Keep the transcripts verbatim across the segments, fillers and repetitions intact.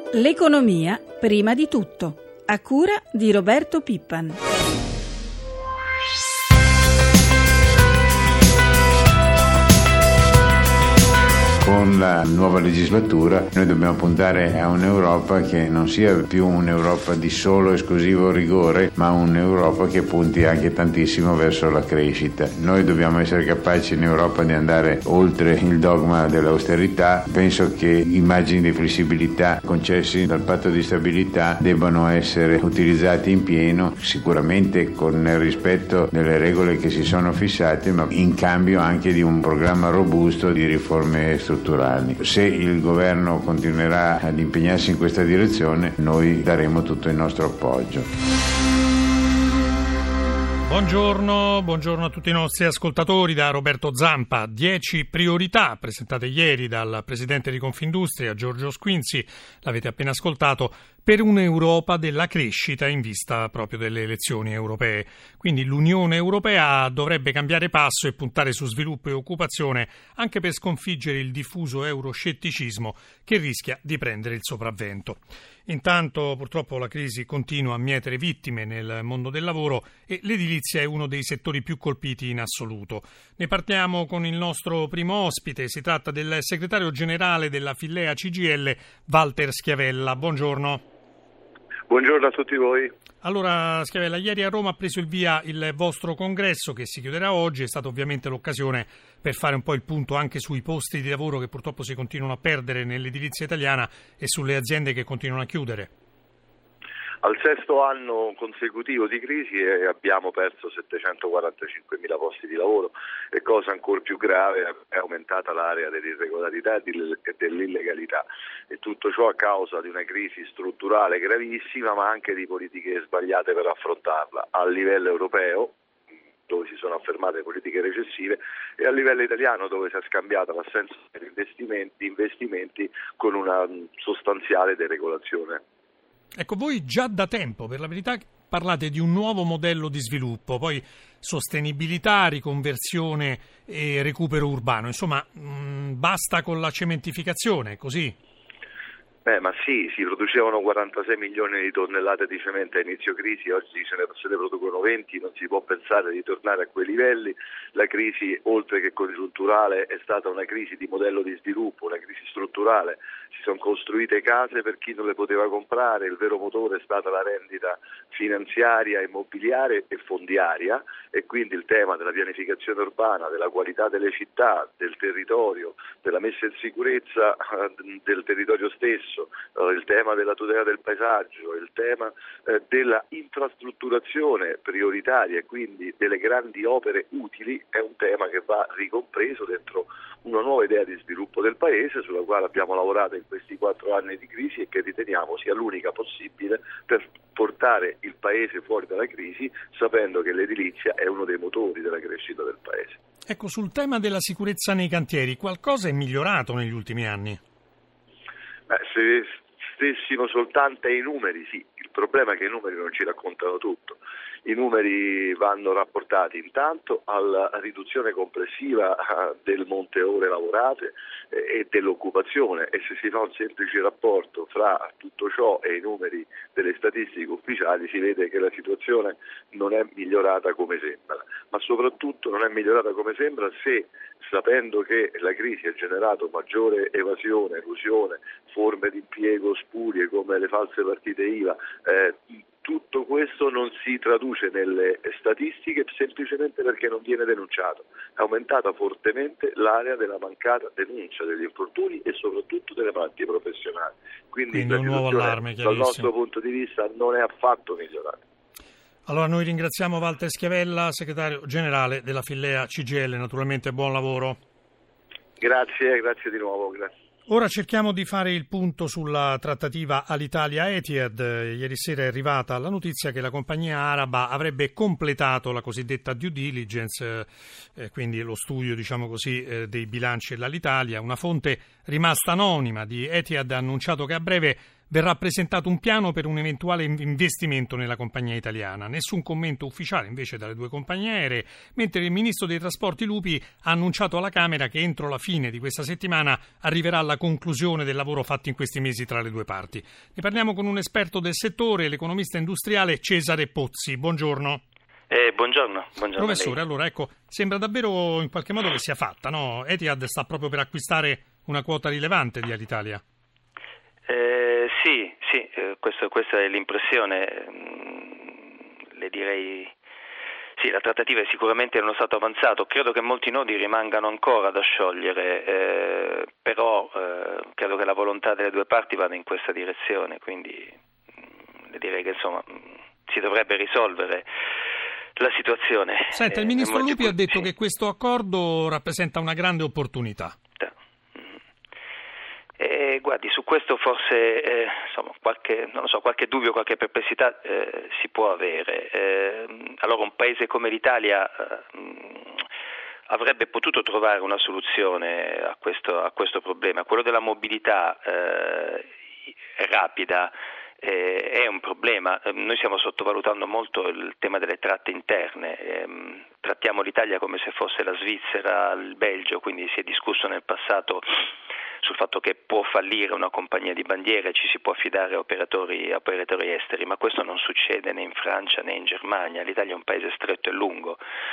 L'economia prima di tutto, a cura di Roberto Pippan. Con la nuova legislatura noi dobbiamo puntare a un'Europa che non sia più un'Europa di solo esclusivo rigore, ma un'Europa che punti anche tantissimo verso la crescita. Noi dobbiamo essere capaci in Europa di andare oltre il dogma dell'austerità. Penso che i margini di flessibilità concessi dal patto di stabilità debbano essere utilizzati in pieno, sicuramente con il rispetto delle regole che si sono fissate, ma in cambio anche di un programma robusto di riforme strutturali. Se il governo continuerà ad impegnarsi in questa direzione, noi daremo tutto il nostro appoggio. Buongiorno, buongiorno a tutti i nostri ascoltatori da Roberto Zampa. Dieci priorità presentate ieri dal presidente di Confindustria Giorgio Squinzi, l'avete appena ascoltato, per un'Europa della crescita in vista proprio delle elezioni europee. Quindi l'Unione Europea dovrebbe cambiare passo e puntare su sviluppo e occupazione anche per sconfiggere il diffuso euroscetticismo che rischia di prendere il sopravvento. Intanto purtroppo la crisi continua a mietere vittime nel mondo del lavoro e l'edilizia è uno dei settori più colpiti in assoluto. Ne parliamo con il nostro primo ospite, si tratta del segretario generale della Fillea C G I L, Walter Schiavella. Buongiorno. Buongiorno a tutti voi. Allora Schiavella, ieri a Roma ha preso il via il vostro congresso che si chiuderà oggi, è stata ovviamente l'occasione per fare un po' il punto anche sui posti di lavoro che purtroppo si continuano a perdere nell'edilizia italiana e sulle aziende che continuano a chiudere. Al sesto anno consecutivo di crisi abbiamo perso settecentoquarantacinquemila posti di lavoro e cosa ancora più grave è aumentata l'area dell'irregolarità e dell'illegalità e tutto ciò a causa di una crisi strutturale gravissima ma anche di politiche sbagliate per affrontarla a livello europeo, dove si sono affermate politiche recessive, e a livello italiano dove si è scambiata l'assenza di investimenti, investimenti con una sostanziale deregolazione. Ecco, voi già da tempo, per la verità, parlate di un nuovo modello di sviluppo, poi sostenibilità, riconversione e recupero urbano. Insomma, mh, basta con la cementificazione, così? Beh, ma sì, si producevano quarantasei milioni di tonnellate di cemento a inizio crisi, oggi se ne, se ne producono venti, non si può pensare di tornare a quei livelli. La crisi, oltre che congiunturale, è stata una crisi di modello di sviluppo, una crisi strutturale. Si sono costruite case per chi non le poteva comprare, il vero motore è stata la rendita finanziaria, immobiliare e fondiaria e quindi il tema della pianificazione urbana, della qualità delle città, del territorio, della messa in sicurezza del territorio stesso, il tema della tutela del paesaggio, il tema eh, della infrastrutturazione prioritaria e quindi delle grandi opere utili è un tema che va ricompreso dentro una nuova idea di sviluppo del Paese sulla quale abbiamo lavorato in questi quattro anni di crisi e che riteniamo sia l'unica possibile per portare il Paese fuori dalla crisi, sapendo che l'edilizia è uno dei motori della crescita del Paese. Ecco, sul tema della sicurezza nei cantieri, qualcosa è migliorato negli ultimi anni? Beh, se stessimo soltanto ai numeri, sì, il problema è che i numeri non ci raccontano tutto. I numeri vanno rapportati intanto alla riduzione complessiva del monte ore lavorate e dell'occupazione e se si fa un semplice rapporto fra tutto ciò e i numeri delle statistiche ufficiali si vede che la situazione non è migliorata come sembra, ma soprattutto non è migliorata come sembra se, sapendo che la crisi ha generato maggiore evasione, elusione, forme di impiego spurie come le false partite I V A, eh, tutto questo non si traduce nelle statistiche semplicemente perché non viene denunciato. È aumentata fortemente l'area della mancata denuncia degli infortuni e soprattutto delle malattie professionali. Quindi, Quindi la un nuovo allarme, dal nostro punto di vista non è affatto migliorata. Allora noi ringraziamo Walter Schiavella, segretario generale della Fillea C G I L, naturalmente buon lavoro. Grazie, grazie di nuovo, grazie. Ora cerchiamo di fare il punto sulla trattativa Alitalia-Etihad. Ieri sera è arrivata la notizia che la compagnia araba avrebbe completato la cosiddetta due diligence, eh, quindi lo studio, diciamo così, eh, dei bilanci dell'Alitalia. Una fonte rimasta anonima di Etihad ha annunciato che a breve verrà presentato un piano per un eventuale investimento nella compagnia italiana. Nessun commento ufficiale invece dalle due compagnie aeree, mentre il ministro dei trasporti Lupi ha annunciato alla Camera che entro la fine di questa settimana arriverà alla conclusione del lavoro fatto in questi mesi tra le due parti. Ne parliamo con un esperto del settore, l'economista industriale Cesare Pozzi. Buongiorno. Eh, buongiorno, buongiorno. Professore, allora ecco, sembra davvero in qualche modo che sia fatta, no? Etihad sta proprio per acquistare una quota rilevante di Alitalia. Eh, sì, sì, eh, questo, questa è l'impressione. Mm, le direi sì, la trattativa è sicuramente in uno stato avanzato. Credo che molti nodi rimangano ancora da sciogliere, eh, però eh, credo che la volontà delle due parti vada in questa direzione, quindi mm, le direi che insomma mm, si dovrebbe risolvere la situazione. Senta, il ministro Lupi ha detto che questo accordo rappresenta una grande opportunità. Eh, guardi, su questo forse eh, insomma, qualche, non lo so, qualche dubbio, qualche perplessità eh, si può avere. Eh, allora un paese come l'Italia eh, avrebbe potuto trovare una soluzione a questo, a questo problema. Quello della mobilità eh, rapida Eh, è un problema. Eh, noi stiamo sottovalutando molto il tema delle tratte interne, eh, trattiamo l'Italia come se fosse la Svizzera, il Belgio, quindi si è discusso nel passato sul fatto che può fallire una compagnia di bandiera e ci si può affidare a operatori, a operatori esteri, ma questo non succede né in Francia né in Germania. L'Italia è un paese stretto e lungo.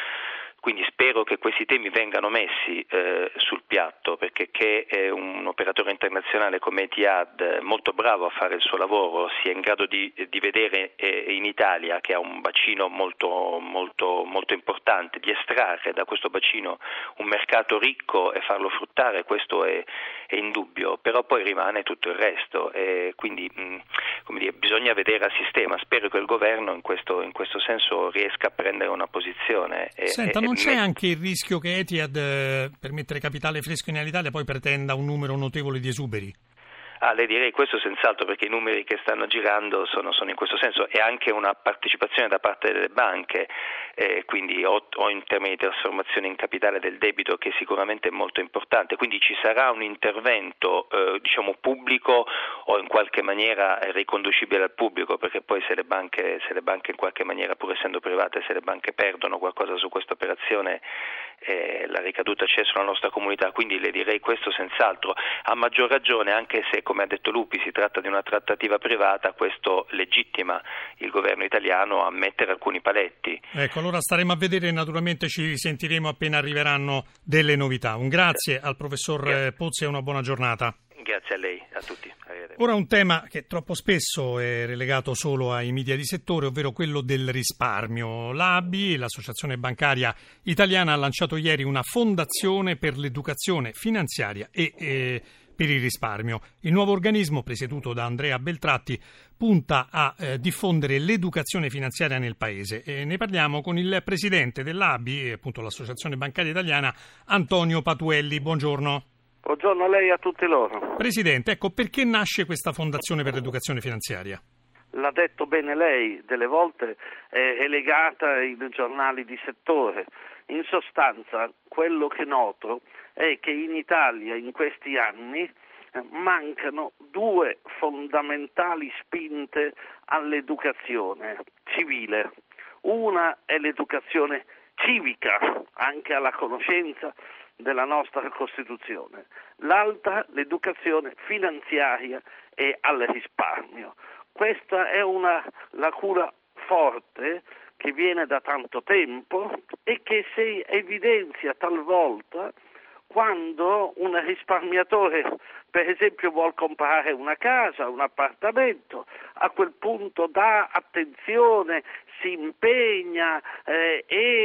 Quindi spero che questi temi vengano messi eh, sul piatto, perché che eh, un operatore internazionale come Etihad, molto bravo a fare il suo lavoro, sia in grado di, di vedere eh, in Italia, che ha un bacino molto, molto, molto importante, di estrarre da questo bacino un mercato ricco e farlo fruttare, questo è, è indubbio, però poi rimane tutto il resto e quindi mh, come dire, bisogna vedere a sistema. Spero che il governo in questo, in questo senso riesca a prendere una posizione. E, Senta, e, non c'è anche il rischio che Etihad, per mettere capitale fresco in Alitalia, poi pretenda un numero notevole di esuberi? Ah, le direi questo senz'altro, perché i numeri che stanno girando sono, sono in questo senso, e anche una partecipazione da parte delle banche, eh, quindi o, o in termini di trasformazione in capitale del debito, che sicuramente è molto importante. Quindi ci sarà un intervento eh, diciamo pubblico o in qualche maniera riconducibile al pubblico, perché poi se le banche, se le banche in qualche maniera, pur essendo private, se le banche perdono qualcosa su questa operazione, eh, la ricaduta c'è sulla nostra comunità. Quindi le direi questo senz'altro, a maggior ragione anche se, come ha detto Lupi, si tratta di una trattativa privata, questo legittima il governo italiano a mettere alcuni paletti. Ecco, allora staremo a vedere e naturalmente ci sentiremo appena arriveranno delle novità. Un grazie al professor grazie. Pozzi e una buona giornata. Grazie a lei, a tutti. Ora un tema che troppo spesso è relegato solo ai media di settore, ovvero quello del risparmio. L'A B I, l'Associazione Bancaria Italiana, ha lanciato ieri una fondazione per l'educazione finanziaria e eh, per il risparmio. Il nuovo organismo, presieduto da Andrea Beltratti, punta a eh, diffondere l'educazione finanziaria nel Paese. E ne parliamo con il presidente dell'A B I, appunto l'Associazione Bancaria Italiana, Antonio Patuelli. Buongiorno. Buongiorno a lei e a tutti loro. Presidente, ecco, perché nasce questa Fondazione per l'Educazione Finanziaria? L'ha detto bene lei, delle volte è, è legata ai giornali di settore. In sostanza, quello che noto è che in Italia in questi anni mancano due fondamentali spinte all'educazione civile. Una è l'educazione civica, anche alla conoscenza della nostra Costituzione, l'altra l'educazione finanziaria e al risparmio. Questa è una lacuna forte che viene da tanto tempo e che si evidenzia talvolta quando un risparmiatore, per esempio, vuol comprare una casa, un appartamento, a quel punto dà attenzione, si impegna eh,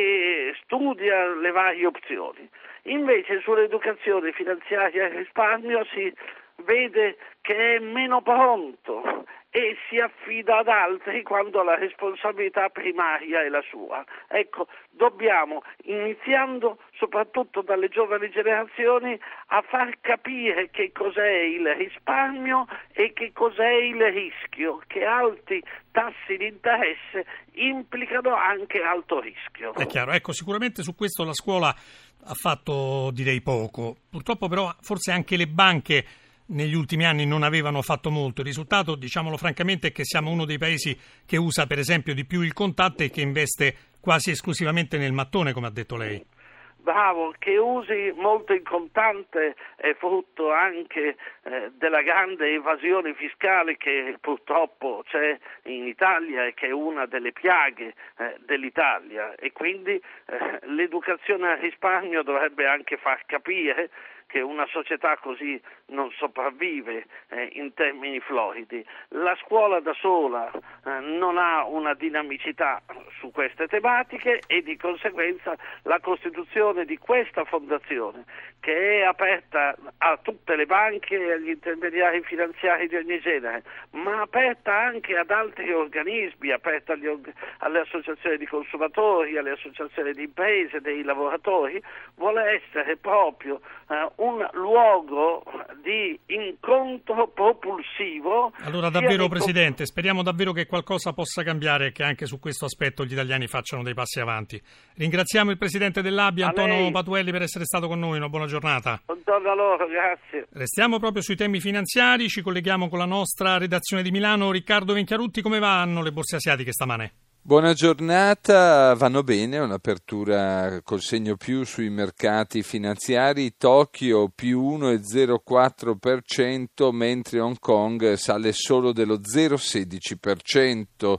e studia le varie opzioni. Invece sull'educazione finanziaria e risparmio si vede che è meno pronto e si affida ad altri quando la responsabilità primaria è la sua. Ecco, dobbiamo, iniziando soprattutto dalle giovani generazioni, a far capire che cos'è il risparmio e che cos'è il rischio, che alti tassi di interesse implicano anche alto rischio. È chiaro, ecco, sicuramente su questo la scuola ha fatto, direi, poco. Purtroppo però forse anche le banche negli ultimi anni non avevano fatto molto. Il risultato, diciamolo francamente, è che siamo uno dei paesi che usa per esempio di più il contatto e che investe quasi esclusivamente nel mattone, come ha detto lei. Bravo, che usi molto il contante è frutto anche eh, della grande evasione fiscale che purtroppo c'è in Italia e che è una delle piaghe eh, dell'Italia, e quindi eh, l'educazione al risparmio dovrebbe anche far capire che una società così non sopravvive eh, in termini floridi. La scuola da sola eh, non ha una dinamicità su queste tematiche e di conseguenza la costituzione di questa fondazione, che è aperta a tutte le banche e agli intermediari finanziari di ogni genere, ma aperta anche ad altri organismi, aperta agli, alle associazioni di consumatori, alle associazioni di imprese, dei lavoratori, vuole essere proprio eh, un luogo di incontro propulsivo. Allora davvero, Presidente, speriamo davvero che qualcosa possa cambiare e che anche su questo aspetto gli italiani facciano dei passi avanti. Ringraziamo il Presidente dell'A B I, Antonio Patuelli, per essere stato con noi. Una buona giornata. Buongiorno a loro, grazie. Restiamo proprio sui temi finanziari, ci colleghiamo con la nostra redazione di Milano. Riccardo Venchiarutti, come vanno le borse asiatiche stamane? Buona giornata, vanno bene, un'apertura col segno più sui mercati finanziari, Tokyo più uno virgola zero quattro per cento, mentre Hong Kong sale solo dello zero virgola sedici per cento.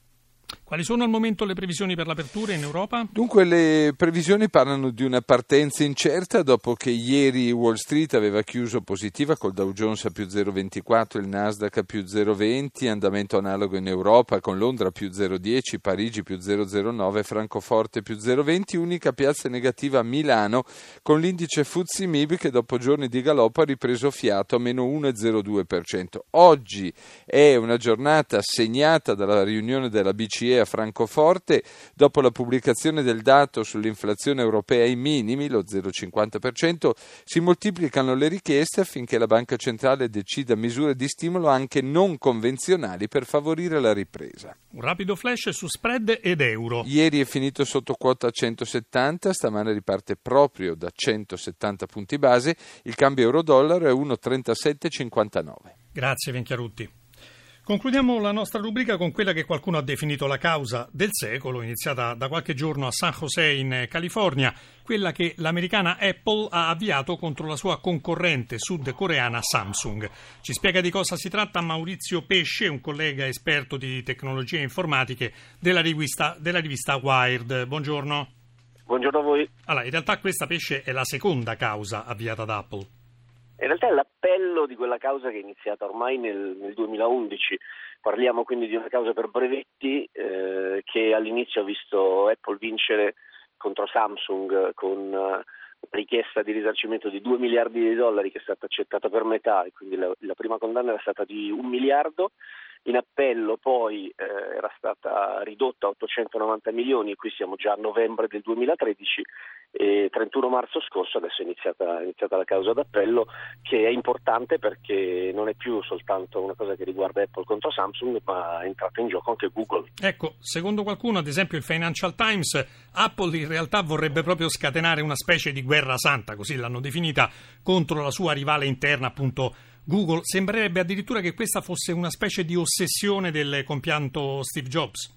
Quali sono al momento le previsioni per l'apertura in Europa? Dunque le previsioni parlano di una partenza incerta dopo che ieri Wall Street aveva chiuso positiva col Dow Jones a più zero virgola ventiquattro, il Nasdaq a più zero virgola venti, andamento analogo in Europa con Londra più zero virgola dieci, Parigi più zero virgola zero nove, Francoforte più zero virgola venti, unica piazza negativa a Milano con l'indice F T S E M I B che dopo giorni di galoppo ha ripreso fiato a meno uno virgola zero due per cento. Oggi è una giornata segnata dalla riunione della B C E a Francoforte, dopo la pubblicazione del dato sull'inflazione europea ai minimi, lo zero virgola cinquanta per cento, si moltiplicano le richieste affinché la Banca Centrale decida misure di stimolo anche non convenzionali per favorire la ripresa. Un rapido flash su spread ed euro. Ieri è finito sotto quota centosettanta, stamane riparte proprio da centosettanta punti base, il cambio euro-dollaro è uno virgola trentasette cinquantanove. Grazie Venchiarutti. Concludiamo la nostra rubrica con quella che qualcuno ha definito la causa del secolo, iniziata da qualche giorno a San José in California, quella che l'americana Apple ha avviato contro la sua concorrente sudcoreana Samsung. Ci spiega di cosa si tratta Maurizio Pesce, un collega esperto di tecnologie informatiche della rivista, della rivista Wired. Buongiorno. Buongiorno a voi. Allora, in realtà questa, Pesce, è la seconda causa avviata da Apple. In realtà è l'appello di quella causa che è iniziata ormai nel, nel duemilaundici. Parliamo quindi di una causa per brevetti eh, che all'inizio ha visto Apple vincere contro Samsung con una richiesta di risarcimento di due miliardi di dollari che è stata accettata per metà, e quindi la, la prima condanna era stata di un miliardo. In appello poi eh, era stata ridotta a ottocentonovanta milioni, e qui siamo già a novembre del duemilatredici, e trentuno marzo scorso adesso è iniziata, è iniziata la causa d'appello, che è importante perché non è più soltanto una cosa che riguarda Apple contro Samsung, ma è entrata in gioco anche Google. Ecco, secondo qualcuno, ad esempio il Financial Times, Apple in realtà vorrebbe proprio scatenare una specie di guerra santa, così l'hanno definita, contro la sua rivale interna, appunto Google. Sembrerebbe addirittura che questa fosse una specie di ossessione del compianto Steve Jobs.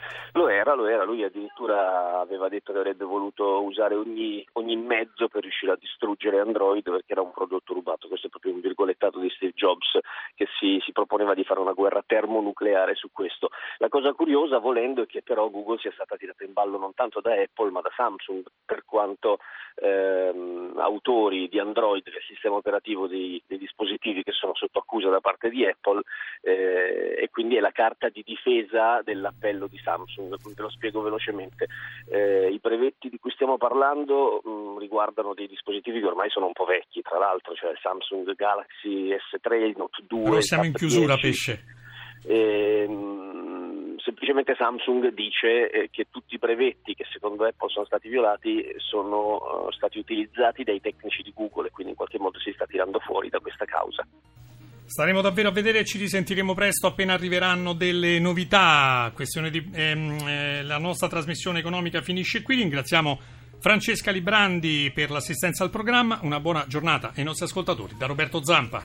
Lo era, lo era, lui addirittura aveva detto che avrebbe voluto usare ogni, ogni mezzo per riuscire a distruggere Android perché era un prodotto rubato. Questo è proprio un virgolettato di Steve Jobs che si, si proponeva di fare una guerra termonucleare su questo. La cosa curiosa, volendo, è che però Google sia stata tirata in ballo non tanto da Apple ma da Samsung, per quanto ehm, autori di Android, che è il sistema operativo dei, dei dispositivi che sono sotto accusa da parte di Apple, eh, e quindi è la carta di difesa dell'appello di Samsung. Ve lo spiego velocemente. Eh, I brevetti di cui stiamo parlando mh, riguardano dei dispositivi che ormai sono un po' vecchi, tra l'altro, cioè il Samsung Galaxy S tre, il Note due. Però siamo in chiusura, dieci. Pesce. Eh, mh, semplicemente Samsung dice eh, che tutti i brevetti che secondo Apple sono stati violati sono uh, stati utilizzati dai tecnici di Google, e quindi in qualche modo si sta tirando fuori da questa causa. Staremo davvero a vedere e ci risentiremo presto appena arriveranno delle novità. Questione di ehm, eh, la nostra trasmissione economica finisce qui. Ringraziamo Francesca Librandi per l'assistenza al programma. Una buona giornata ai nostri ascoltatori. Da Roberto Zampa.